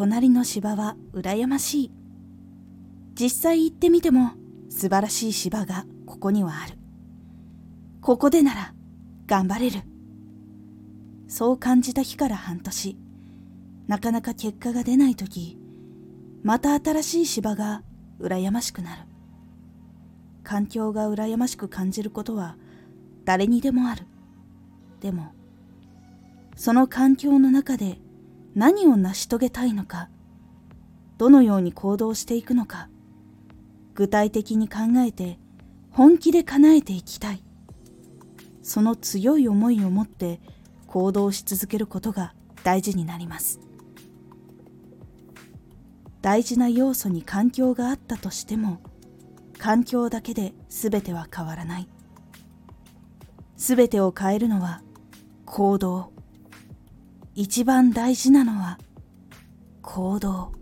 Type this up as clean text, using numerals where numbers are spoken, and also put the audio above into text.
隣の芝は羨ましい。実際行ってみても素晴らしい芝がここにはある。ここでなら頑張れる。そう感じた日から半年、なかなか結果が出ないとき、また新しい芝が羨ましくなる。環境が羨ましく感じることは誰にでもある。でも、その環境の中で何を成し遂げたいのか、どのように行動していくのか、具体的に考えて本気で叶えていきたい。その強い思いを持って行動し続けることが大事になります。大事な要素に環境があったとしても、環境だけで全ては変わらない。全てを変えるのは行動。一番大事なのは行動。